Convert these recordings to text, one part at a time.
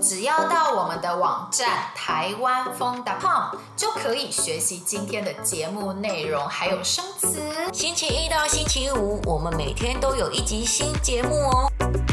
只要到我们的网站台湾风.com就可以学习今天的节目内容，还有生词。 星期一到星期五，我们每天都有一集新节目哦。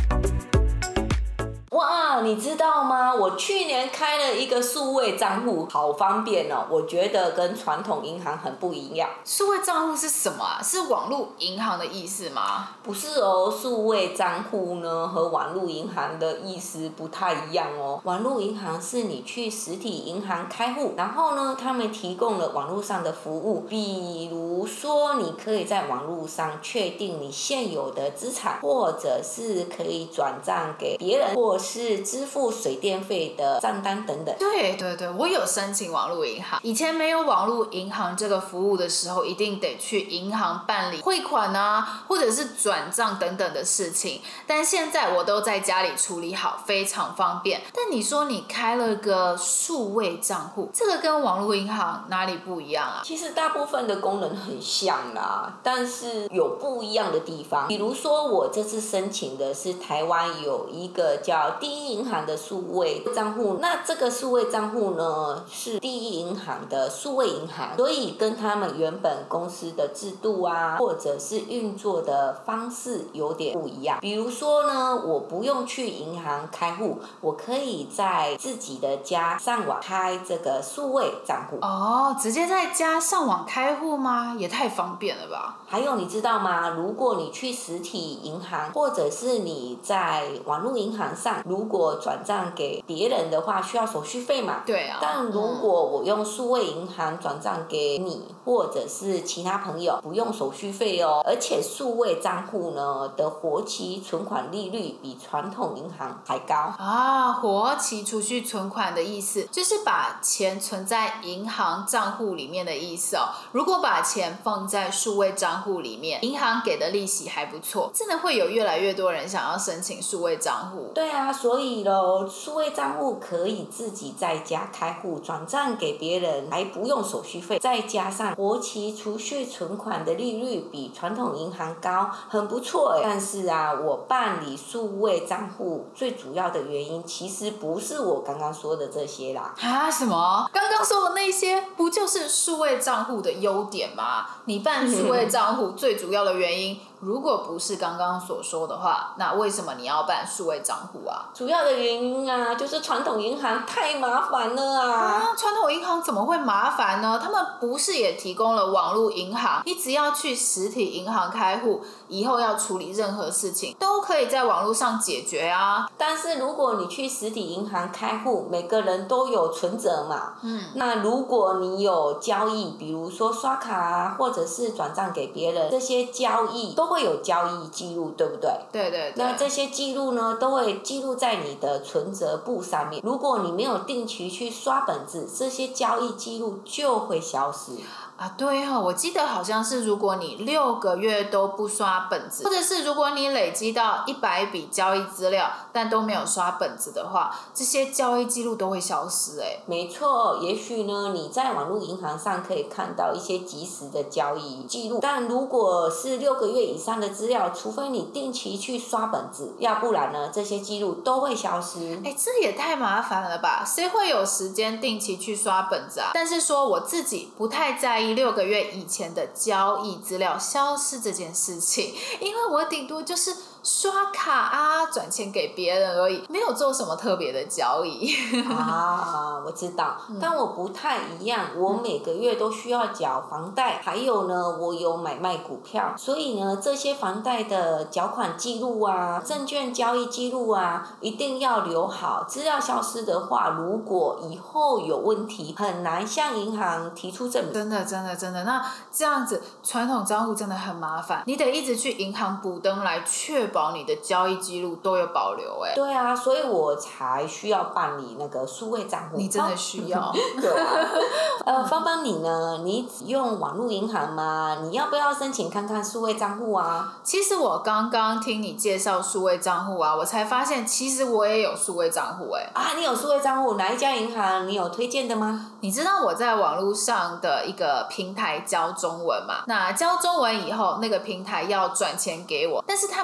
哇，你知道吗？我去年开了一个数位账户，好方便哦。我觉得跟传统银行很不一样。 数位账户是什么啊？是网络银行的意思吗？ 不是哦，数位账户呢和网络银行的意思不太一样哦。网络银行是你去实体银行开户，然后呢，他们提供了网络上的服务，比如说你可以在网络上确定你现有的资产，或者是可以转账给别人，或是支付水电费的账单等等。 对，我有申请网络银行。以前没有网络银行这个服务的时候，一定得去银行办理汇款啊，或者是转账等等的事情。但现在我都在家里处理好，非常方便。但你说你开了个数位账户，这个跟网络银行哪里不一样啊？ 其实大部分的功能很像啦，但是有不一样的地方。比如说我这次申请的是台湾有一个叫第一银行的数位账户，那这个数位账户呢是第一银行的数位银行，所以跟他们原本公司的制度啊，或者是运作的方式有点不一样。比如说呢，我不用去银行开户，我可以在自己的家上网开这个数位账户。 哦，直接在家上网开户吗？也太方便了吧！ 还有你知道吗？如果你去实体银行，或者是你在网络银行上，如果转账给别人的话，需要手续费嘛？ 对啊。 但如果我用数位银行转账给你，或者是其他朋友，不用手续费哦。而且数位账户呢的活期存款利率比传统银行还高啊。活期储蓄存款的意思就是把钱存在银行账户里面的意思哦。如果把钱放在数位账户里面，银行给的利息还不错，真的会有越来越多人想要申请数位账户。 对啊，所以咯，数位账户可以自己在家开户，转账给别人，还不用手续费，再加上活期储蓄存款的利率比传统银行高，很不错耶。但是啊，我办理数位账户最主要的原因，其实不是我刚刚说的这些啦。 啊？什么？刚刚说的那些不就是数位账户的优点吗？你办数位账户最主要的原因如果不是刚刚所说的话，那为什么你要办数位账户啊？ 主要的原因啊，就是传统银行太麻烦了啊！ 传统银行怎么会麻烦呢？他们不是也提供了网络银行？你只要去实体银行开户，以后要处理任何事情都可以在网络上解决啊。 但是如果你去实体银行开户，每个人都有存折嘛，那如果你有交易，比如说刷卡啊，或者是转账给别人，这些交易都会有交易记录，对不对？ 对。 那这些记录呢，都会记录在你的存折簿上面。如果你没有定期去刷本子，这些交易记录就会消失。 啊，对哦，我记得好像是如果你6个月都不刷本子，或者是如果你累积到100笔交易资料，但都没有刷本子的话，这些交易记录都会消失哎。 没错，也许呢你在网络银行上可以看到一些即时的交易记录，但如果是6个月以上的资料，除非你定期去刷本子，要不然呢这些记录都会消失。 哎，这也太麻烦了吧？谁会有时间定期去刷本子啊？但是说我自己不太在意6个月以前的交易资料消失这件事情，因为我顶多就是刷卡啊，转钱给别人而已，没有做什么特别的交易。 啊，我知道，但我不太一样，我每个月都需要缴房贷，还有呢，我有买卖股票，所以呢，这些房贷的缴款记录啊，证券交易记录啊，一定要留好。资料消失的话，如果以后有问题，很难向银行提出证明。 真的，那这样子传统账户真的很麻烦，你得一直去银行补登来确保你的交易记录都有保留哎。 对啊，所以我才需要办理那个数位账户。 你真的需要？ 对啊。芳芳你呢？你只用网络银行吗？你要不要申请看看数位账户啊？ 其实我刚刚听你介绍数位账户啊，我才发现其实我也有数位账户哎。 啊，你有数位账户？哪一家银行？你有推荐的吗？ 你知道我在网络上的一个平台教中文嘛？那教中文以后，那个平台要转钱给我，但是他们只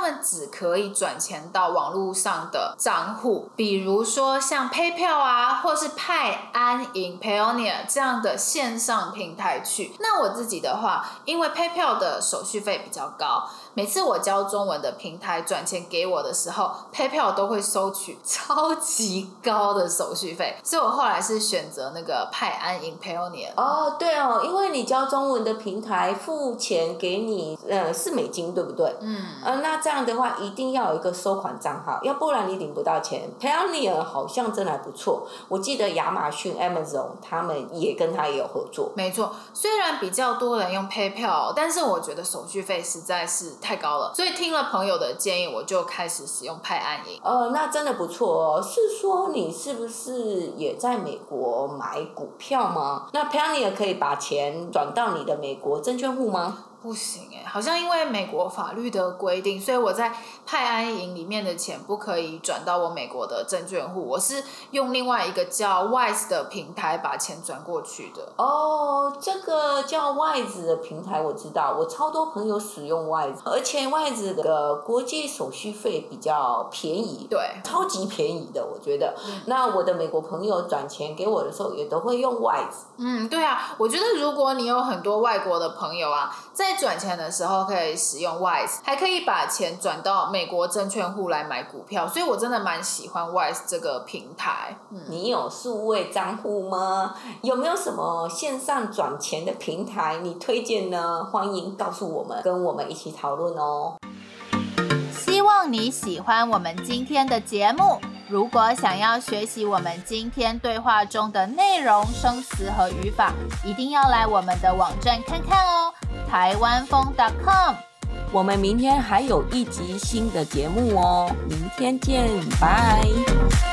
始可以转钱到网络上的账户，比如说像 PayPal 啊，或是派安银 Payoneer 这样的线上平台去。那我自己的话，因为 PayPal 的手续费比较高，每次我教中文的平台转钱给我的时候， PayPal 都会收取超级高的手续费，所以我后来是选择那个派安银 Payoneer。 对哦，因为你教中文的平台付钱给你是美金，对不对？那这样的话一定要有一个收款账号，要不然你领不到钱。Payoneer 好像真的还不错，我记得亚马逊 Amazon 他们也跟他也有合作。 没错，虽然比较多人用 PayPal， 但是我觉得手续费实在是太高了，所以听了朋友的建议，我就开始使用派安银。 那真的不错哦。是说你是不是也在美国买股票吗？那 Payoneer 可以把钱转到你的美国证券户吗？ 不行好像因为美国法律的规定，所以我在派安银里面的钱不可以转到我美国的证券户，我是用另外一个叫 Wise 的平台把钱转过去的。 这个叫 Wise 的平台我知道，我超多朋友使用 Wise， 而且 Wise 的国际手续费比较便宜， 对， 超级便宜的我觉得。那我的美国朋友转钱给我的时候也都会用 Wise。 对啊，我觉得如果你有很多外国的朋友啊，在转钱的时候可以使用 Wise， 还可以把钱转到美国证券户来买股票，所以我真的蛮喜欢 Wise 这个平台。 你有数位账户吗？有没有什么线上转钱的平台你推荐呢？欢迎告诉我们，跟我们一起讨论哦。 希望你喜欢我们今天的节目。如果想要学习我们今天对话中的内容、生词和语法，一定要来我们的网站看看哦，台湾风.com。 我们明天还有一集新的节目哦，明天见，拜。